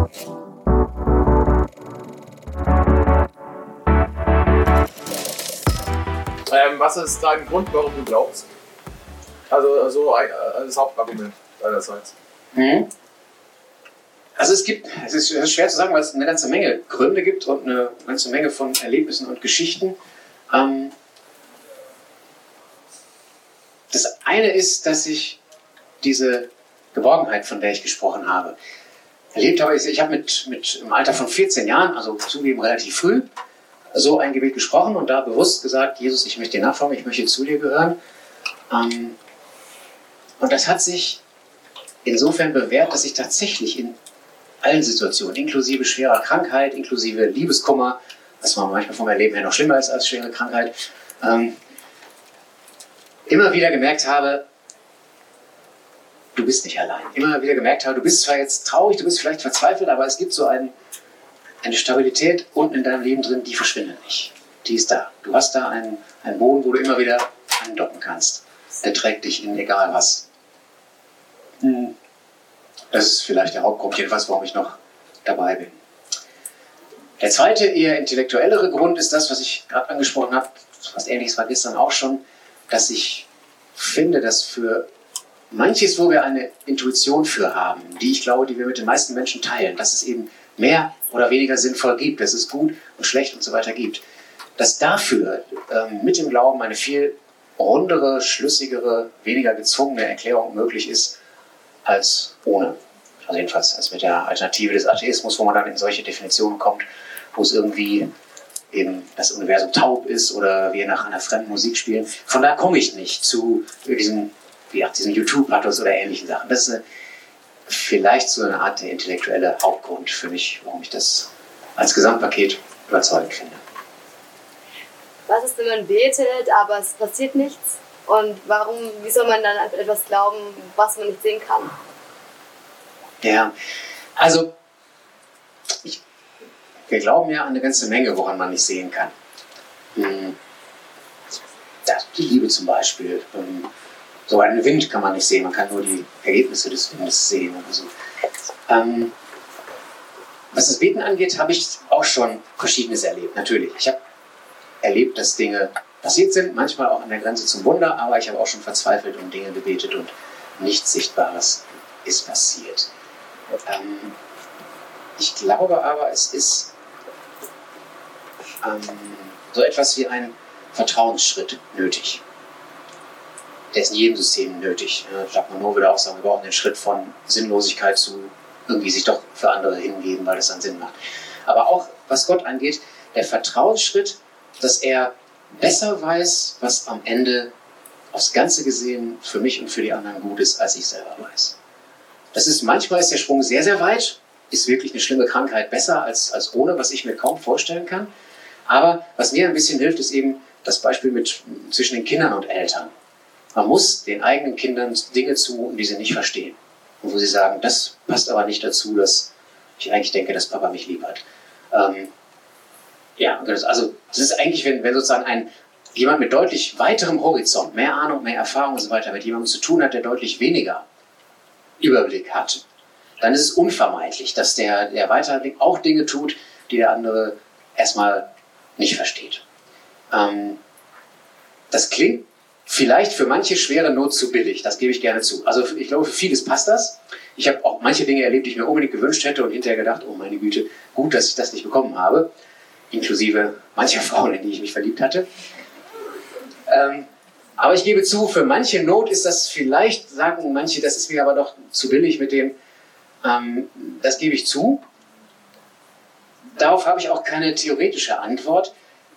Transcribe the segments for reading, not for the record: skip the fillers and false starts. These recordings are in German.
Was ist dein Grund, warum du glaubst? Also so das Hauptargument deinerseits. Also es ist schwer zu sagen, weil es eine ganze Menge Gründe gibt und eine ganze Menge von Erlebnissen und Geschichten. Das eine ist, dass ich diese Geborgenheit, von der ich gesprochen habe, erlebt habe. Ich habe mit im Alter von 14 Jahren, also zugegeben relativ früh, so ein Gebet gesprochen und da bewusst gesagt: Jesus, ich möchte dir nachfolgen, ich möchte zu dir gehören. Und das hat sich insofern bewährt, dass ich tatsächlich in allen Situationen, inklusive schwerer Krankheit, inklusive Liebeskummer, was man manchmal vom Erleben her noch schlimmer ist als schwere Krankheit, immer wieder gemerkt habe, du bist nicht allein. Immer wieder gemerkt habe, du bist zwar jetzt traurig, du bist vielleicht verzweifelt, aber es gibt so eine Stabilität unten in deinem Leben drin, die verschwindet nicht. Die ist da. Du hast da einen Boden, wo du immer wieder andocken kannst. Der trägt dich in egal was. Das ist vielleicht der Hauptgrund, jedenfalls, warum ich noch dabei bin. Der zweite, eher intellektuellere Grund ist das, was ich gerade angesprochen habe, was Ähnliches war gestern auch schon, dass ich finde, dass für manches, wo wir eine Intuition für haben, die ich glaube, die wir mit den meisten Menschen teilen, dass es eben mehr oder weniger sinnvoll gibt, dass es gut und schlecht und so weiter gibt, dass dafür mit dem Glauben eine viel rundere, schlüssigere, weniger gezwungene Erklärung möglich ist als ohne. Also jedenfalls als mit der Alternative des Atheismus, wo man dann in solche Definitionen kommt, wo es irgendwie eben das Universum taub ist oder wir nach einer fremden Musik spielen. Von da komme ich nicht zu diesem YouTube-Pathos oder ähnlichen Sachen. Das ist vielleicht so eine Art der intellektuelle Hauptgrund für mich, warum ich das als Gesamtpaket überzeugend finde. Was ist, wenn man betet, aber es passiert nichts? Und wie soll man dann an etwas glauben, was man nicht sehen kann? Ja, also wir glauben ja an eine ganze Menge, woran man nicht sehen kann. Die Liebe zum Beispiel. Sogar einen Wind kann man nicht sehen, man kann nur die Ergebnisse des Windes sehen. Oder so. Was das Beten angeht, habe ich auch schon Verschiedenes erlebt, natürlich. Ich habe erlebt, dass Dinge passiert sind, manchmal auch an der Grenze zum Wunder, aber ich habe auch schon verzweifelt um Dinge gebetet und nichts Sichtbares ist passiert. Ich glaube aber, es ist so etwas wie ein Vertrauensschritt nötig. Der ist in jedem System nötig. Jacques Monod würde auch sagen, wir brauchen den Schritt von Sinnlosigkeit zu irgendwie sich doch für andere hingeben, weil das dann Sinn macht. Aber auch, was Gott angeht, der Vertrauensschritt, dass er besser weiß, was am Ende aufs Ganze gesehen für mich und für die anderen gut ist, als ich selber weiß. Manchmal ist der Sprung sehr, sehr weit, ist wirklich eine schlimme Krankheit besser als ohne, was ich mir kaum vorstellen kann. Aber was mir ein bisschen hilft, ist eben das Beispiel zwischen den Kindern und Eltern. Man muss den eigenen Kindern Dinge zumuten, die sie nicht verstehen. Und wo sie sagen, das passt aber nicht dazu, dass ich eigentlich denke, dass Papa mich lieb hat. Das ist eigentlich, wenn sozusagen jemand mit deutlich weiterem Horizont, mehr Ahnung, mehr Erfahrung und so weiter, mit jemandem zu tun hat, der deutlich weniger Überblick hat, dann ist es unvermeidlich, dass der weiter auch Dinge tut, die der andere erstmal nicht versteht. Das klingt vielleicht für manche schwere Not zu billig, das gebe ich gerne zu. Also ich glaube, für vieles passt das. Ich habe auch manche Dinge erlebt, die ich mir unbedingt gewünscht hätte und hinterher gedacht, oh meine Güte, gut, dass ich das nicht bekommen habe. Inklusive mancher Frauen, in die ich mich verliebt hatte. Aber ich gebe zu, für manche Not ist das vielleicht, sagen manche, das ist mir aber doch zu billig mit dem, das gebe ich zu. Darauf habe ich auch keine theoretische Antwort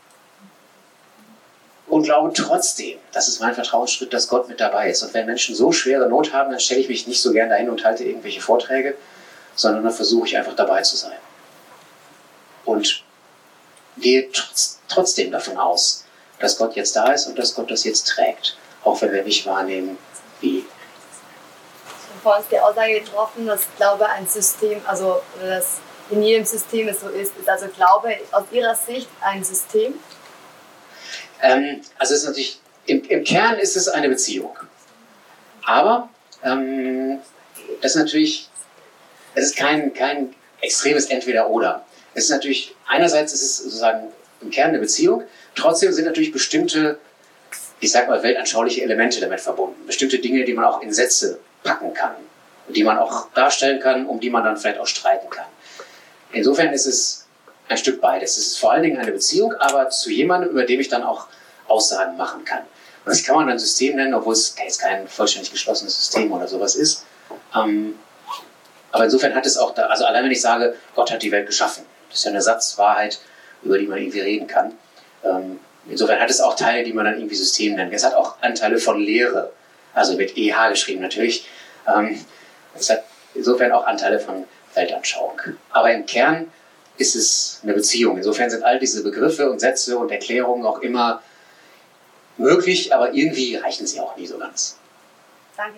und glaube trotzdem, das ist mein Vertrauensschritt, dass Gott mit dabei ist. Und wenn Menschen so schwere Not haben, dann stelle ich mich nicht so gern dahin und halte irgendwelche Vorträge, sondern dann versuche ich einfach dabei zu sein. Und gehe trotzdem davon aus, dass Gott jetzt da ist und dass Gott das jetzt trägt, auch wenn wir nicht wahrnehmen, wie. Ich habe vor uns die Aussage getroffen, dass Glaube ein System, also dass in jedem System es so ist also Glaube aus Ihrer Sicht ein System? Also es ist natürlich, im Kern ist es eine Beziehung. Aber das ist natürlich, es ist kein extremes Entweder-Oder. Es ist natürlich, einerseits ist es sozusagen im Kern eine Beziehung, trotzdem sind natürlich bestimmte, ich sag mal, weltanschauliche Elemente damit verbunden. Bestimmte Dinge, die man auch in Sätze packen kann, die man auch darstellen kann, um die man dann vielleicht auch streiten kann. Insofern ist es ein Stück beides. Es ist vor allen Dingen eine Beziehung, aber zu jemandem, über dem ich dann auch Aussagen machen kann. Und das kann man dann System nennen, obwohl es jetzt kein vollständig geschlossenes System oder sowas ist. Aber insofern hat es auch da, also allein wenn ich sage, Gott hat die Welt geschaffen, das ist ja eine Satzwahrheit, über die man irgendwie reden kann. Insofern hat es auch Teile, die man dann irgendwie System nennt. Es hat auch Anteile von Lehre, also mit EH geschrieben natürlich. Es hat insofern auch Anteile von Weltanschauung. Aber im Kern ist es eine Beziehung. Insofern sind all diese Begriffe und Sätze und Erklärungen auch immer möglich, aber irgendwie reichen sie auch nie so ganz. Danke.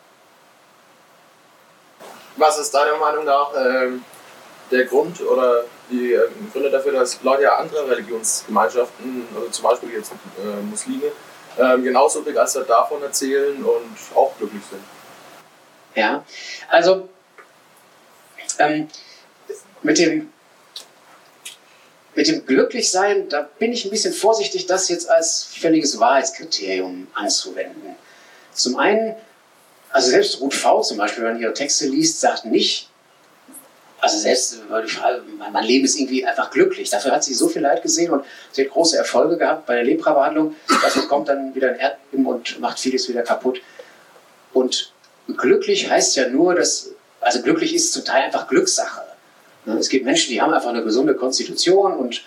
Was ist deiner Meinung nach der Grund oder die Gründe dafür, dass Leute anderer Religionsgemeinschaften, also zum Beispiel jetzt Muslime, genauso begeistert davon erzählen und auch glücklich sind? Ja, also mit dem Glücklichsein, da bin ich ein bisschen vorsichtig, das jetzt als völliges Wahrheitskriterium anzuwenden. Zum einen, also selbst Ruth V. zum Beispiel, wenn man ihre Texte liest, sagt nicht, also selbst mein Leben ist irgendwie einfach glücklich. Dafür hat sie so viel Leid gesehen und sie hat große Erfolge gehabt bei der Lepra-Behandlung. Dafür kommt dann wieder ein Erdbeben und macht vieles wieder kaputt. Und glücklich heißt ja nur, also glücklich ist zum Teil einfach Glückssache. Es gibt Menschen, die haben einfach eine gesunde Konstitution und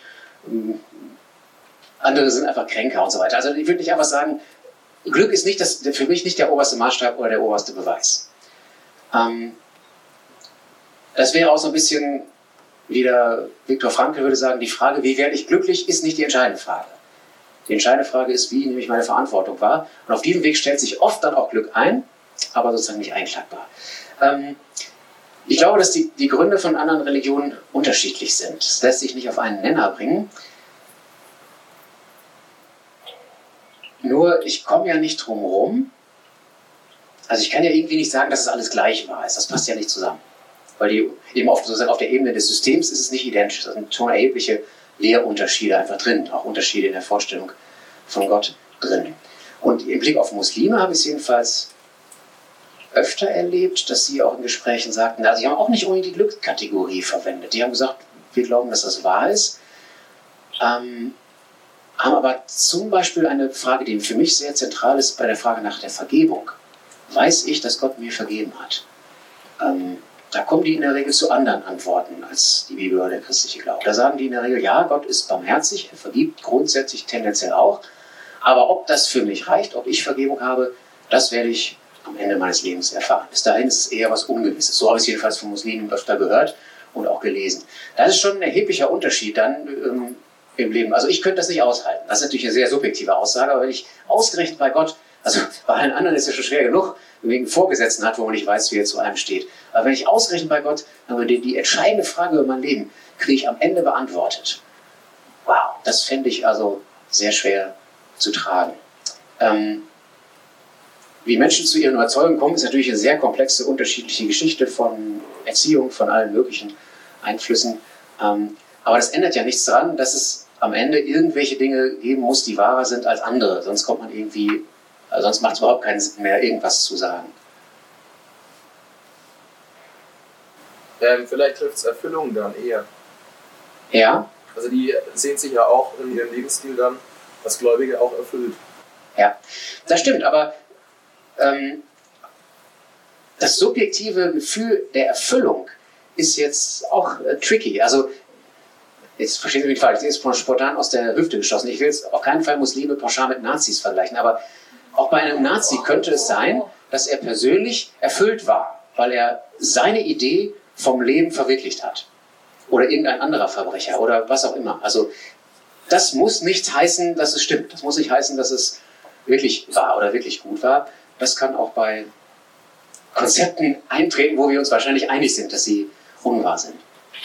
andere sind einfach kränker und so weiter. Also ich würde nicht einfach sagen, Glück ist nicht für mich nicht der oberste Maßstab oder der oberste Beweis. Das wäre auch so ein bisschen, wie der Viktor Frankl würde sagen, die Frage, wie werde ich glücklich, ist nicht die entscheidende Frage. Die entscheidende Frage ist, wie nehme ich meine Verantwortung wahr? Und auf diesem Weg stellt sich oft dann auch Glück ein, aber sozusagen nicht einklagbar. Ich glaube, dass die Gründe von anderen Religionen unterschiedlich sind. Das lässt sich nicht auf einen Nenner bringen. Nur, ich komme ja nicht drum rum. Also ich kann ja irgendwie nicht sagen, dass es alles gleich wahr ist. Das passt ja nicht zusammen. Weil eben sozusagen auf der Ebene des Systems ist es nicht identisch. Da sind schon erhebliche Lehrunterschiede einfach drin. Auch Unterschiede in der Vorstellung von Gott drin. Und im Blick auf Muslime habe ich es jedenfalls öfter erlebt, dass sie auch in Gesprächen sagten, also sie haben auch nicht unbedingt die Glückskategorie verwendet. Die haben gesagt, wir glauben, dass das wahr ist, haben aber zum Beispiel eine Frage, die für mich sehr zentral ist, bei der Frage nach der Vergebung. Weiß ich, dass Gott mir vergeben hat? Da kommen die in der Regel zu anderen Antworten als die Bibel oder der christliche Glaube. Da sagen die in der Regel, ja, Gott ist barmherzig, er vergibt grundsätzlich tendenziell auch, aber ob das für mich reicht, ob ich Vergebung habe, das werde ich am Ende meines Lebens erfahren. Bis dahin ist es eher was Ungewisses. So habe ich es jedenfalls von Muslimen öfter gehört und auch gelesen. Das ist schon ein erheblicher Unterschied dann im Leben. Also ich könnte das nicht aushalten. Das ist natürlich eine sehr subjektive Aussage, aber wenn ich ausgerechnet bei Gott, also bei allen anderen ist es ja schon schwer genug, wegen Vorgesetzten hat, wo man nicht weiß, wie er zu einem steht. Aber wenn ich ausgerechnet bei Gott, aber die entscheidende Frage über mein Leben kriege ich am Ende beantwortet. Wow, das fände ich also sehr schwer zu tragen. Wie Menschen zu ihren Überzeugungen kommen, ist natürlich eine sehr komplexe, unterschiedliche Geschichte von Erziehung, von allen möglichen Einflüssen. Aber das ändert ja nichts daran, dass es am Ende irgendwelche Dinge geben muss, die wahrer sind als andere. Sonst kommt man irgendwie, sonst macht es überhaupt keinen Sinn mehr, irgendwas zu sagen. Vielleicht trifft es Erfüllung dann eher. Ja. Also die sehen sich ja auch in ihrem Lebensstil dann, das Gläubige auch erfüllt. Ja, das stimmt, aber das subjektive Gefühl der Erfüllung ist jetzt auch tricky. Also, jetzt verstehen Sie mich falsch, das ist spontan aus der Hüfte geschossen. Ich will jetzt auf keinen Fall Muslime pauschal mit Nazis vergleichen, aber auch bei einem Nazi könnte es sein, dass er persönlich erfüllt war, weil er seine Idee vom Leben verwirklicht hat. Oder irgendein anderer Verbrecher oder was auch immer. Also, das muss nicht heißen, dass es stimmt. Das muss nicht heißen, dass es wirklich war oder wirklich gut war. Das kann auch bei Konzepten eintreten, wo wir uns wahrscheinlich einig sind, dass sie unwahr sind.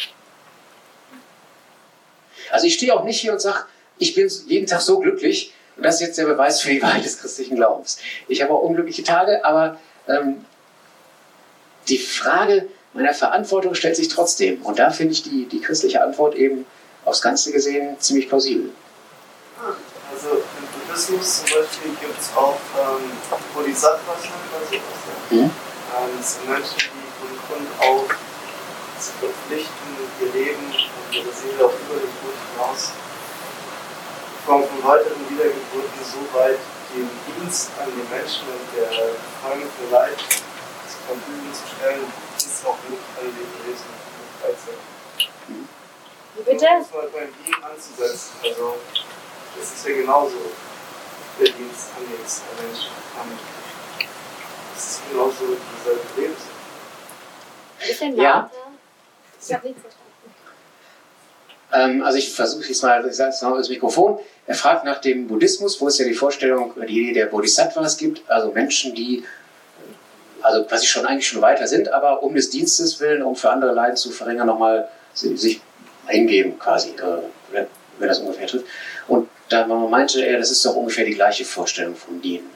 Also ich stehe auch nicht hier und sage, ich bin jeden Tag so glücklich und das ist jetzt der Beweis für die Wahrheit des christlichen Glaubens. Ich habe auch unglückliche Tage, aber die Frage meiner Verantwortung stellt sich trotzdem. Und da finde ich die christliche Antwort eben aufs Ganze gesehen ziemlich plausibel. Also im Buddhismus zum Beispiel gibt es auch Bodhisattvas oder sowas. Das sind Menschen, die von Grund auf zu verpflichten, ihr Leben und ihre Seele auch über den Tod hinaus in Form von weiteren Wiedergeburten so weit den Dienst an den Menschen und der Befreiung für Leid zur Verfügung zu stellen, ist auch wirklich an den Wesen und Freizeit. Wie bitte? Um mal beim Dienen anzusetzen. Also, das ist ja genauso der Dienst an den Menschen. Das ist genauso dieselbe Lebensweise. Ein bisschen lauter. Ich habe nichts verstanden. Also ich versuche jetzt mal, ich sage es noch das Mikrofon. Er fragt nach dem Buddhismus, wo es ja die Vorstellung, die Idee der Bodhisattvas gibt, also Menschen, die also quasi eigentlich schon weiter sind, aber um des Dienstes willen, um für andere Leiden zu verringern, nochmal sich hingeben quasi, wenn das ungefähr trifft. Und da meinte er, das ist doch ungefähr die gleiche Vorstellung vom Dienen.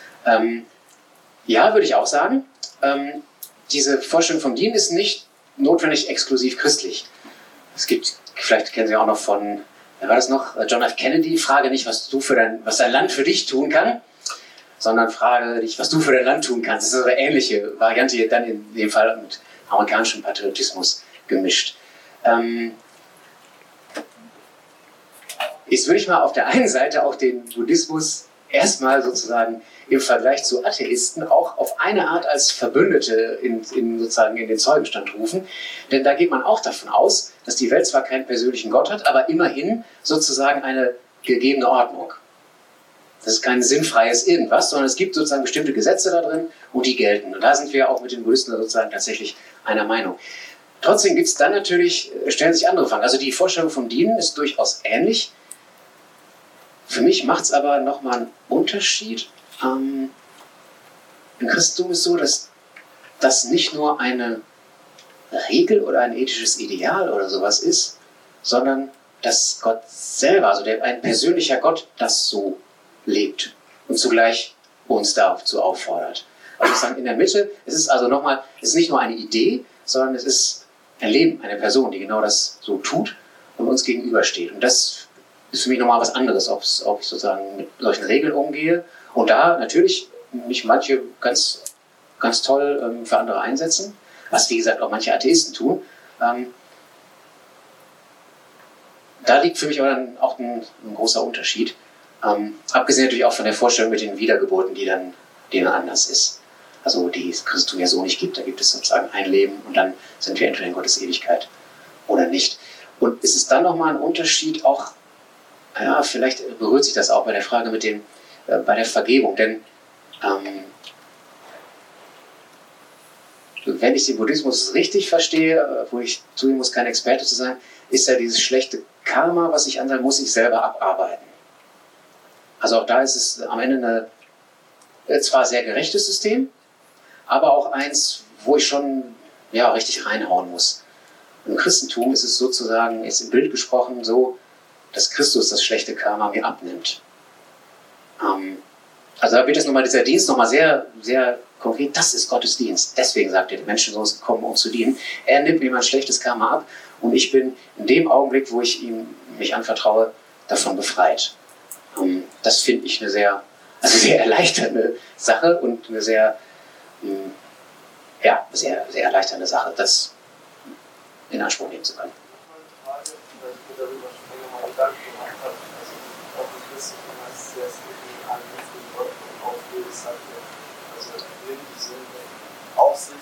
Ja, würde ich auch sagen. Diese Vorstellung vom Dienen ist nicht notwendig exklusiv christlich. Es gibt, vielleicht kennen Sie auch noch von, wer war das noch? John F. Kennedy, frage nicht, was dein Land für dich tun kann, sondern frage dich, was du für dein Land tun kannst. Das ist eine ähnliche Variante, dann in dem Fall mit amerikanischem Patriotismus gemischt. Jetzt würde ich mal auf der einen Seite auch den Buddhismus erstmal sozusagen im Vergleich zu Atheisten auch auf eine Art als Verbündete sozusagen in den Zeugenstand rufen. Denn da geht man auch davon aus, dass die Welt zwar keinen persönlichen Gott hat, aber immerhin sozusagen eine gegebene Ordnung. Das ist kein sinnfreies irgendwas, sondern es gibt sozusagen bestimmte Gesetze da drin und die gelten. Und da sind wir auch mit den Buddhisten sozusagen tatsächlich einer Meinung. Trotzdem gibt es dann natürlich, stellen sich andere Fragen. Also die Vorstellung vom Dienen ist durchaus ähnlich. Für mich macht es aber nochmal einen Unterschied. Im Christentum ist so, dass das nicht nur eine Regel oder ein ethisches Ideal oder sowas ist, sondern dass Gott selber, also ein persönlicher Gott, das so lebt und zugleich uns dazu auffordert. Also sozusagen in der Mitte, es ist nicht nur eine Idee, sondern es ist ein Leben, eine Person, die genau das so tut und uns gegenübersteht. Und das ist für mich nochmal was anderes, ob ich sozusagen mit solchen Regeln umgehe und da natürlich mich manche ganz, ganz toll für andere einsetzen, was wie gesagt auch manche Atheisten tun. Da liegt für mich aber dann auch ein großer Unterschied. Abgesehen natürlich auch von der Vorstellung mit den Wiedergeburten, denen anders ist. Also die es Christum ja so nicht gibt. Da gibt es sozusagen ein Leben und dann sind wir entweder in Gottes Ewigkeit oder nicht. Und es ist dann nochmal ein Unterschied auch, ja, vielleicht berührt sich das auch bei der Frage bei der Vergebung. Denn wenn ich den Buddhismus richtig verstehe, wo ich zugeben muss, kein Experte zu sein, ist ja dieses schlechte Karma, was ich ansagen muss, ich selber abarbeiten. Also auch da ist es am Ende ein zwar sehr gerechtes System, aber auch eins, wo ich schon richtig reinhauen muss. Im Christentum ist es sozusagen, ist im Bild gesprochen, so, dass Christus das schlechte Karma mir abnimmt. Also da wird jetzt nochmal dieser Dienst nochmal sehr, sehr konkret, das ist Gottes Dienst. Deswegen sagt er, die Menschensohn ist gekommen, um zu dienen. Er nimmt mir mein schlechtes Karma ab und ich bin in dem Augenblick, wo ich ihm mich anvertraue, davon befreit. Das finde ich eine sehr erleichternde Sache und eine sehr erleichternde Sache, das in Anspruch nehmen zu können. Auf sich.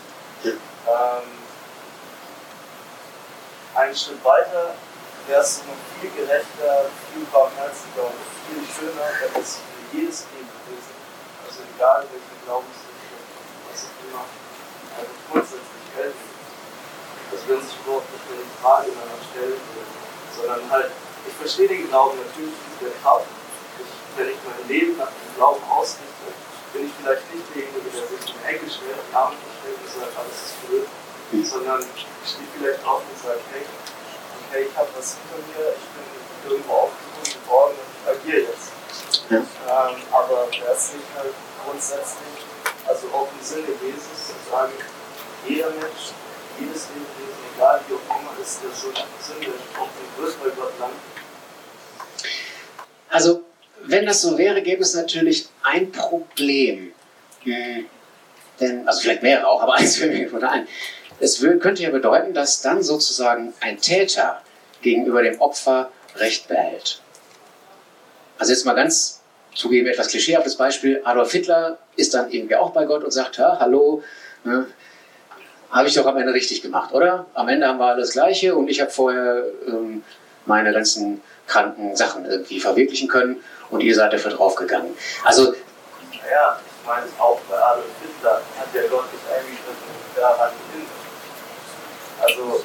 Einen Schritt weiter wäre es noch viel gerechter, viel barmherziger und viel schöner, wenn es für jedes Leben gewesen, also egal welche Glaubensrichtung, was auch immer, also grundsätzlich gelten. Also wenn sich überhaupt nicht mehr die Frage danach stellen würde, sondern halt, ich verstehe den Glauben natürlich in der Kraft. Wenn ich mein Leben nach dem Glauben ausrichte, bin ich vielleicht nicht derjenige, der sich in die Ecke stellt, die Arme stellt und sagt, alles ist blöd, sondern ich stehe vielleicht auf und sage, hey, ich habe was hinter mir, ich bin irgendwo aufgehoben worden und ich agiere jetzt. Ja. Aber wäre es nicht halt grundsätzlich, also auch im Sinne Jesus, zu sagen, jeder Mensch jedes Lebewesen, egal wie auch immer, ist der Sünde entsprochen wird bei Gott landen. Also, wenn das so wäre, gäbe es natürlich ein Problem. Denn, also vielleicht mehrere auch, aber eins fällt mir gerade ein. Es könnte ja bedeuten, dass dann sozusagen ein Täter gegenüber dem Opfer Recht behält. Also jetzt mal ganz zugeben, etwas klischeehaftes Beispiel. Adolf Hitler ist dann irgendwie auch bei Gott und sagt, ja, hallo, ne, habe ich doch am Ende richtig gemacht, oder? Am Ende haben wir alles Gleiche und ich habe vorher meine ganzen kranken Sachen irgendwie verwirklichen können und ihr seid dafür draufgegangen. Also, naja, ich meine auch bei Adolf Hitler hat der Gott nicht eingegriffen daran hin. Also,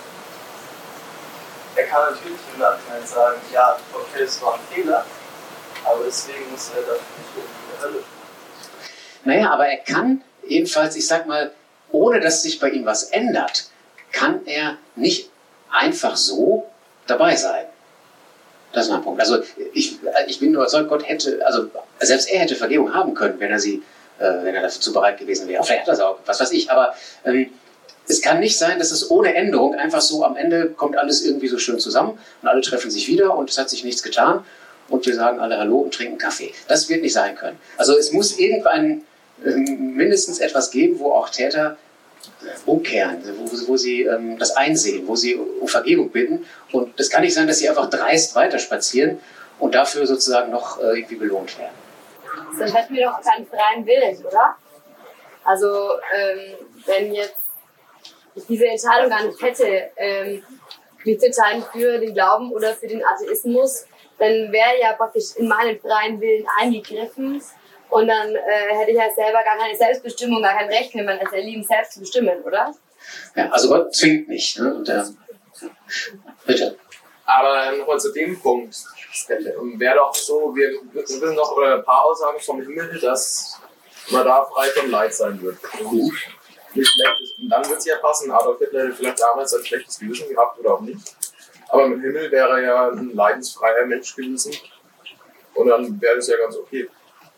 er kann natürlich im Nachhinein sagen, ja, okay, es war ein Fehler, aber deswegen muss er dafür nicht in die Hölle. Naja, aber er kann jedenfalls, ich sag mal, ohne dass sich bei ihm was ändert, kann er nicht einfach so dabei sein. Das ist mein Punkt. Also ich bin überzeugt, Gott hätte, also selbst er hätte Vergebung haben können, wenn er dazu bereit gewesen wäre. Vielleicht hat er es auch, was weiß ich, aber es kann nicht sein, dass es ohne Änderung einfach so am Ende kommt alles irgendwie so schön zusammen und alle treffen sich wieder und es hat sich nichts getan und wir sagen alle Hallo und trinken Kaffee. Das wird nicht sein können. Also es muss irgendwann mindestens etwas geben, wo auch Täter umkehren, wo sie das einsehen, wo sie um Vergebung bitten. Und es kann nicht sein, dass sie einfach dreist weiterspazieren und dafür sozusagen noch irgendwie belohnt werden. Dann hätten wir doch keinen freien Willen, oder? Also wenn jetzt ich diese Entscheidung gar nicht hätte, mich zu entscheiden für den Glauben oder für den Atheismus, dann wäre ja praktisch in meinen freien Willen eingegriffen. Und dann hätte ich ja selber gar keine Selbstbestimmung, gar kein Recht mehr, man es erleben, selbst zu bestimmen, oder? Ja, also Gott zwingt nicht. Ne? Und, bitte. Aber nochmal zu dem Punkt. Wäre doch so, wir wissen noch ein paar Aussagen vom Himmel, dass man da frei von Leid sein wird. Nicht schlecht ist. Und dann wird es ja passen. Adolf Hitler hätte vielleicht damals ein schlechtes Gewissen gehabt oder auch nicht. Aber im Himmel wäre er ja ein leidensfreier Mensch gewesen. Und dann wäre das ja ganz okay.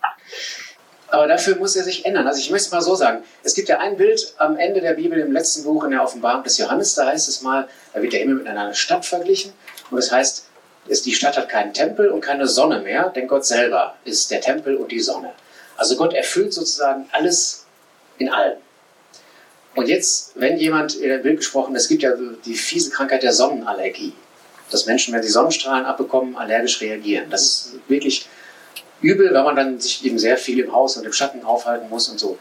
Aber dafür muss er sich ändern. Also ich möchte es mal so sagen. Es gibt ja ein Bild am Ende der Bibel, im letzten Buch in der Offenbarung des Johannes, da heißt es mal, da wird der Himmel mit einer Stadt verglichen. Und das heißt, die Stadt hat keinen Tempel und keine Sonne mehr, denn Gott selber ist der Tempel und die Sonne. Also Gott erfüllt sozusagen alles in allem. Und jetzt, wenn jemand, in dem Bild gesprochen, es gibt ja die fiese Krankheit der Sonnenallergie, dass Menschen, wenn sie Sonnenstrahlen abbekommen, allergisch reagieren. Das ist wirklich übel, weil man dann sich eben sehr viel im Haus und im Schatten aufhalten muss und so.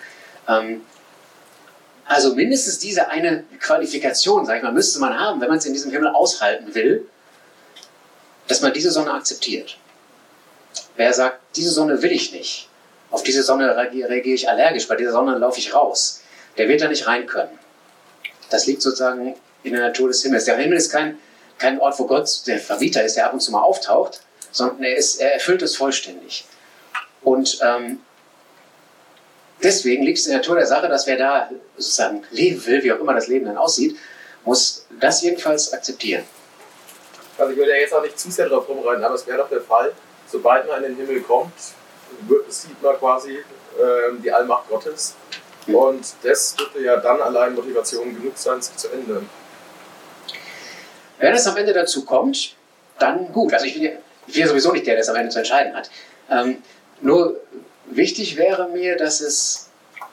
Also mindestens diese eine Qualifikation, sag ich mal, müsste man haben, wenn man es in diesem Himmel aushalten will, dass man diese Sonne akzeptiert. Wer sagt, diese Sonne will ich nicht, auf diese Sonne reagiere ich allergisch, bei dieser Sonne laufe ich raus, der wird da nicht rein können. Das liegt sozusagen in der Natur des Himmels. Der Himmel ist kein Ort, wo Gott der Vermieter ist, der ab und zu mal auftaucht, sondern er erfüllt es vollständig. Und deswegen liegt es in der Natur der Sache, dass wer da sozusagen leben will, wie auch immer das Leben dann aussieht, muss das jedenfalls akzeptieren. Also ich will ja jetzt auch nicht zu sehr drauf rumreiten, aber es wäre doch der Fall, sobald man in den Himmel kommt, sieht man quasi die Allmacht Gottes. Und das dürfte ja dann allein Motivation genug sein, sich zu ändern. Wenn es am Ende dazu kommt, dann gut. Also ich bin ja sowieso nicht der, der es am Ende zu entscheiden hat. Nur wichtig wäre mir, dass es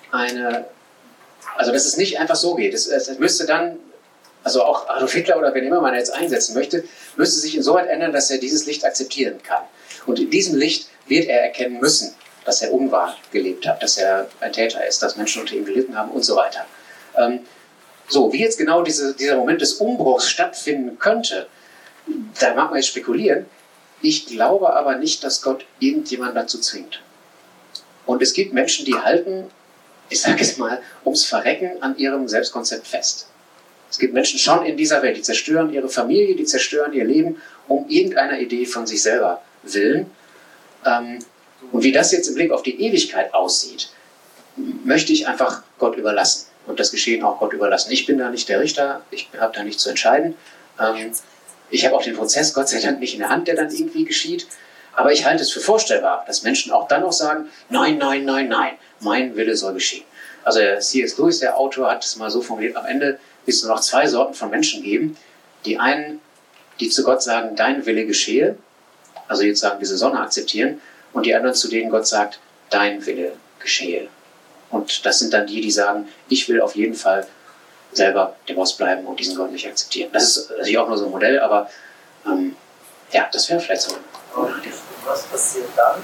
dass es nicht einfach so geht. Es müsste dann, also auch Adolf Hitler oder wen immer man jetzt einsetzen möchte, müsste sich insoweit ändern, dass er dieses Licht akzeptieren kann. Und in diesem Licht wird er erkennen müssen, dass er unwahr gelebt hat, dass er ein Täter ist, dass Menschen unter ihm gelitten haben und so weiter. So, wie jetzt genau dieser Moment des Umbruchs stattfinden könnte, da mag man jetzt spekulieren. Ich glaube aber nicht, dass Gott irgendjemanden dazu zwingt. Und es gibt Menschen, die halten, ich sage es mal, ums Verrecken an ihrem Selbstkonzept fest. Es gibt Menschen schon in dieser Welt, die zerstören ihre Familie, die zerstören ihr Leben um irgendeiner Idee von sich selber willen. Und wie das jetzt im Blick auf die Ewigkeit aussieht, möchte ich einfach Gott überlassen und das Geschehen auch Gott überlassen. Ich bin da nicht der Richter, ich habe da nicht zu entscheiden. Ich habe auch den Prozess Gott sei Dank nicht in der Hand, der dann irgendwie geschieht. Aber ich halte es für vorstellbar, dass Menschen auch dann noch sagen, nein, nein, nein, nein, mein Wille soll geschehen. Also C.S. Lewis, der Autor, hat es mal so formuliert, am Ende es nur noch zwei Sorten von Menschen geben. Die einen, die zu Gott sagen, dein Wille geschehe, also jetzt sagen, diese Sonne akzeptieren, und die anderen, zu denen Gott sagt, dein Wille geschehe. Und das sind dann die, die sagen, ich will auf jeden Fall selber der Boss bleiben und diesen Gott nicht akzeptieren. Das ist natürlich auch nur so ein Modell, aber ja, das wäre vielleicht so. Was passiert dann?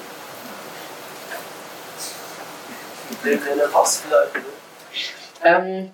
Mit dem der Boss bleiben will?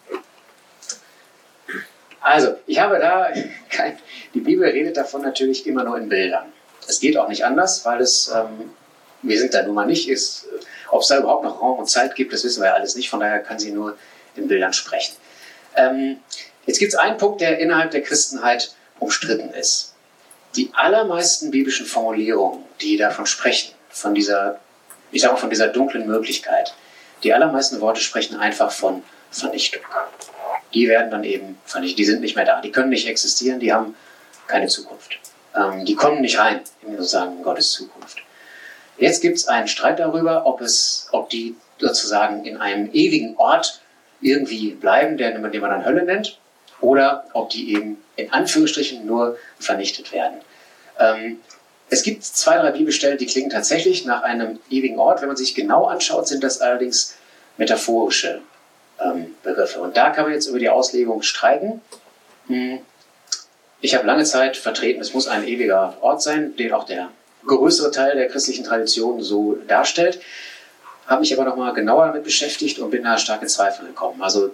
Also, ich habe da die Bibel redet davon natürlich immer nur in Bildern. Es geht auch nicht anders, weil es, wir sind da nun mal nicht, ob es da überhaupt noch Raum und Zeit gibt, das wissen wir ja alles nicht, von daher kann sie nur in Bildern sprechen. Jetzt gibt es einen Punkt, der innerhalb der Christenheit umstritten ist. Die allermeisten biblischen Formulierungen, die davon sprechen, von dieser, ich sag mal, von dieser dunklen Möglichkeit, die allermeisten Worte sprechen einfach von Vernichtung. Die werden dann eben vernichtet, die sind nicht mehr da, die können nicht existieren, die haben keine Zukunft. Die kommen nicht rein in sozusagen Gottes Zukunft. Jetzt gibt es einen Streit darüber, ob die sozusagen in einem ewigen Ort irgendwie bleiben, den man dann Hölle nennt, oder ob die eben in Anführungsstrichen nur vernichtet werden. Es gibt 2, 3 Bibelstellen, die klingen tatsächlich nach einem ewigen Ort. Wenn man sich genau anschaut, sind das allerdings metaphorische Begriffe. Und da kann man jetzt über die Auslegung streiten. Ich habe lange Zeit vertreten, es muss ein ewiger Ort sein, den auch der größere Teil der christlichen Tradition so darstellt. Habe mich aber noch mal genauer damit beschäftigt und bin da starke Zweifel gekommen. Also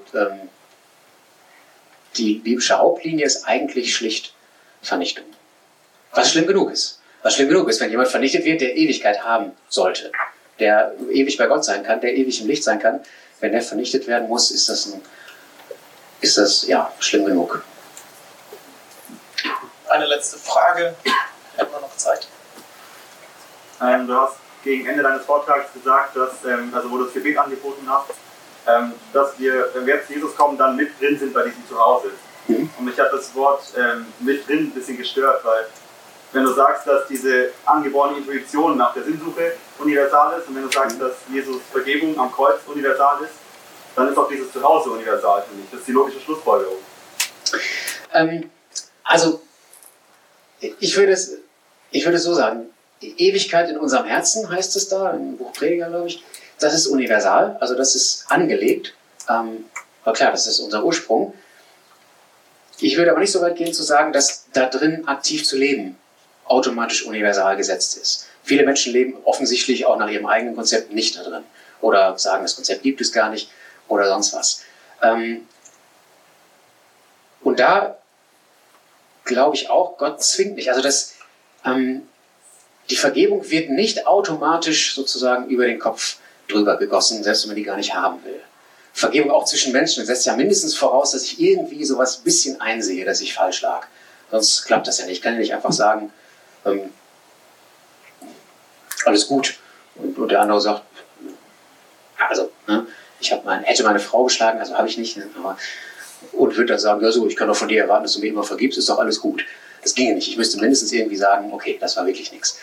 die biblische Hauptlinie ist eigentlich schlicht Vernichtung. Was schlimm genug ist. Was schlimm genug ist, wenn jemand vernichtet wird, der Ewigkeit haben sollte. Der ewig bei Gott sein kann, der ewig im Licht sein kann. Wenn der vernichtet werden muss, ist das ja schlimm genug. Eine letzte Frage. Hätten wir noch Zeit? Du hast gegen Ende deines Vortrags gesagt, dass, also wo du das Gebet angeboten hast, dass wir, wenn wir jetzt zu Jesus kommen, dann mit drin sind bei diesem Zuhause. Und mich hat das Wort mit drin ein bisschen gestört, weil wenn du sagst, dass diese angeborene Intuition nach der Sinnsuche universal ist und wenn du sagst, dass Jesus Vergebung am Kreuz universal ist, dann ist auch dieses Zuhause universal für mich. Das ist die logische Schlussfolgerung. Also, ich würde es so sagen, Ewigkeit in unserem Herzen heißt es da, im Buch Prediger, glaube ich, das ist universal, also das ist angelegt. Aber klar, das ist unser Ursprung. Ich würde aber nicht so weit gehen zu sagen, dass da drin aktiv zu leben automatisch universal gesetzt ist. Viele Menschen leben offensichtlich auch nach ihrem eigenen Konzept nicht da drin. Oder sagen, das Konzept gibt es gar nicht oder sonst was. Und da glaube ich auch, Gott zwingt nicht. Also die Vergebung wird nicht automatisch sozusagen über den Kopf drüber gegossen, selbst wenn man die gar nicht haben will. Vergebung auch zwischen Menschen, das setzt ja mindestens voraus, dass ich irgendwie sowas ein bisschen einsehe, dass ich falsch lag. Sonst klappt das ja nicht. Ich kann ja nicht einfach sagen, alles gut. Und der andere sagt, also, ne, ich hätte meine Frau geschlagen, also habe ich nicht. Ne, und würde dann sagen, ja so, ich kann doch von dir erwarten, dass du mir immer vergibst, ist doch alles gut. Das ginge nicht. Ich müsste mindestens irgendwie sagen, okay, das war wirklich nichts.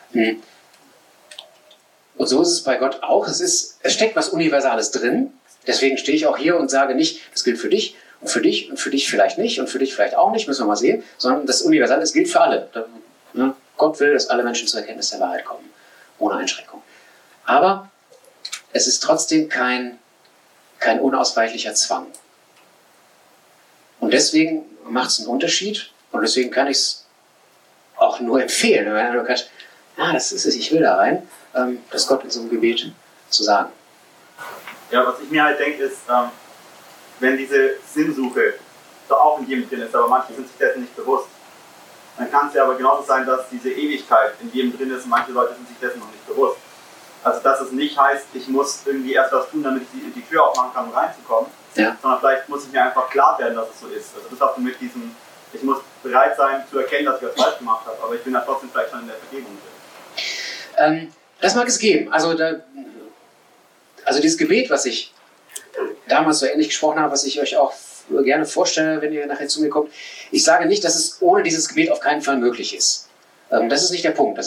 Und so ist es bei Gott auch. Es steckt was Universales drin. Deswegen stehe ich auch hier und sage nicht, das gilt für dich und für dich und für dich vielleicht nicht und für dich vielleicht auch nicht, müssen wir mal sehen, sondern das Universale, es gilt für alle. Gott will, dass alle Menschen zur Erkenntnis der Wahrheit kommen, ohne Einschränkung. Aber es ist trotzdem kein unausweichlicher Zwang. Und deswegen macht es einen Unterschied und deswegen kann ich es auch nur empfehlen, wenn man sagt, das ist es, ich will da rein, das Gott in so einem Gebet zu sagen. Ja, was ich mir halt denke, ist, wenn diese Sinnsuche da auch in jedem drin ist, aber manche sind sich dessen nicht bewusst, dann kann es ja aber genauso sein, dass diese Ewigkeit in jedem drin ist und manche Leute sind sich dessen noch nicht bewusst. Also dass es nicht heißt, ich muss irgendwie erst was tun, damit ich die Tür aufmachen kann, um reinzukommen, sondern vielleicht muss ich mir einfach klar werden, dass es so ist. Also das hat mit diesem, ich muss bereit sein zu erkennen, dass ich was falsch gemacht habe, aber ich bin da trotzdem vielleicht schon in der Vergebung drin. Das mag es geben. Also dieses Gebet, was ich damals so ähnlich gesprochen habe, was ich euch auch gerne vorstelle, wenn ihr nachher zu mir kommt. Ich sage nicht, dass es ohne dieses Gebet auf keinen Fall möglich ist. Das ist nicht der Punkt.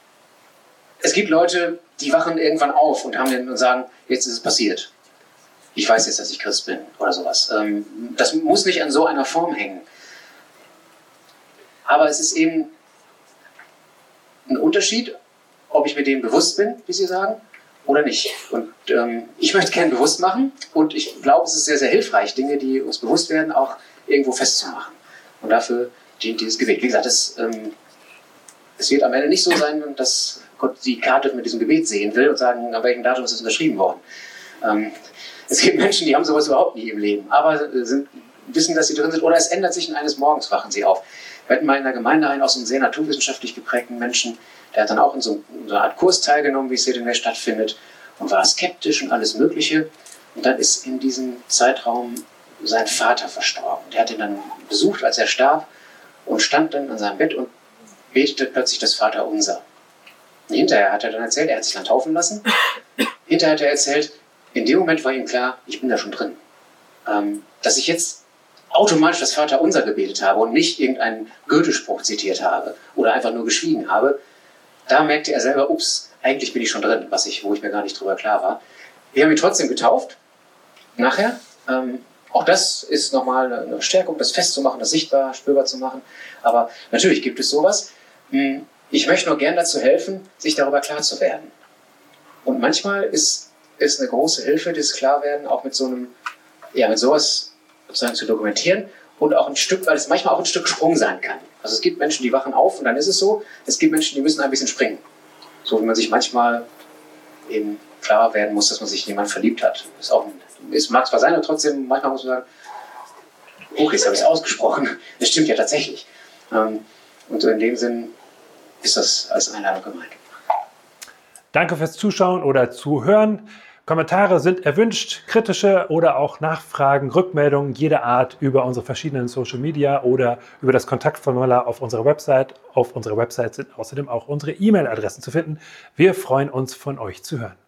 Es gibt Leute, die wachen irgendwann auf und sagen, jetzt ist es passiert. ich weiß jetzt, dass ich Christ bin oder sowas. Das muss nicht an so einer Form hängen. Aber es ist eben ein Unterschied, ob ich mir dem bewusst bin, wie Sie sagen, oder nicht. Und ich möchte gerne bewusst machen und ich glaube, es ist sehr, sehr hilfreich, Dinge, die uns bewusst werden, auch irgendwo festzumachen. Und dafür dient dieses Gebet. Wie gesagt, es wird am Ende nicht so sein, dass Gott die Karte mit diesem Gebet sehen will und sagen, an welchem Datum ist es unterschrieben worden. Es gibt Menschen, die haben sowas überhaupt nie im Leben, aber wissen, dass sie drin sind, oder es ändert sich und eines Morgens wachen sie auf. Wir hatten mal in der Gemeinde einen, auch so einen sehr naturwissenschaftlich geprägten Menschen, der hat dann auch in so einer Art Kurs teilgenommen, wie es hier in der Stadt stattfindet, und war skeptisch und alles Mögliche. Und dann ist in diesem Zeitraum sein Vater verstorben. Der hat ihn dann besucht, als er starb, und stand dann an seinem Bett und betete plötzlich das Vaterunser. Und hinterher hat er dann erzählt, er hat sich dann taufen lassen. Hinterher hat er erzählt, in dem Moment war ihm klar, ich bin da schon drin. Dass ich jetzt automatisch das Vaterunser gebetet habe und nicht irgendeinen Goethe-Spruch zitiert habe oder einfach nur geschwiegen habe, da merkte er selber, ups, eigentlich bin ich schon drin, wo ich mir gar nicht drüber klar war. Wir haben ihn trotzdem getauft, nachher. Auch das ist nochmal eine Stärkung, das festzumachen, das sichtbar, spürbar zu machen. Aber natürlich gibt es sowas. Ich möchte nur gern dazu helfen, sich darüber klar zu werden. Und manchmal ist eine große Hilfe, das Klarwerden auch mit sowas sozusagen zu dokumentieren und auch ein Stück, weil es manchmal auch ein Stück Sprung sein kann. Also es gibt Menschen, die wachen auf und dann ist es so. Es gibt Menschen, die müssen ein bisschen springen. So wie man sich manchmal eben klar werden muss, dass man sich in jemanden verliebt hat. Es mag zwar sein, aber trotzdem, manchmal muss man sagen, okay, jetzt habe ich es ausgesprochen. Das stimmt ja tatsächlich. Und so in dem Sinn ist das als Einladung gemeint. Danke fürs Zuschauen oder Zuhören. Kommentare sind erwünscht, kritische oder auch Nachfragen, Rückmeldungen jeder Art über unsere verschiedenen Social Media oder über das Kontaktformular auf unserer Website. Auf unserer Website sind außerdem auch unsere E-Mail-Adressen zu finden. Wir freuen uns, von euch zu hören.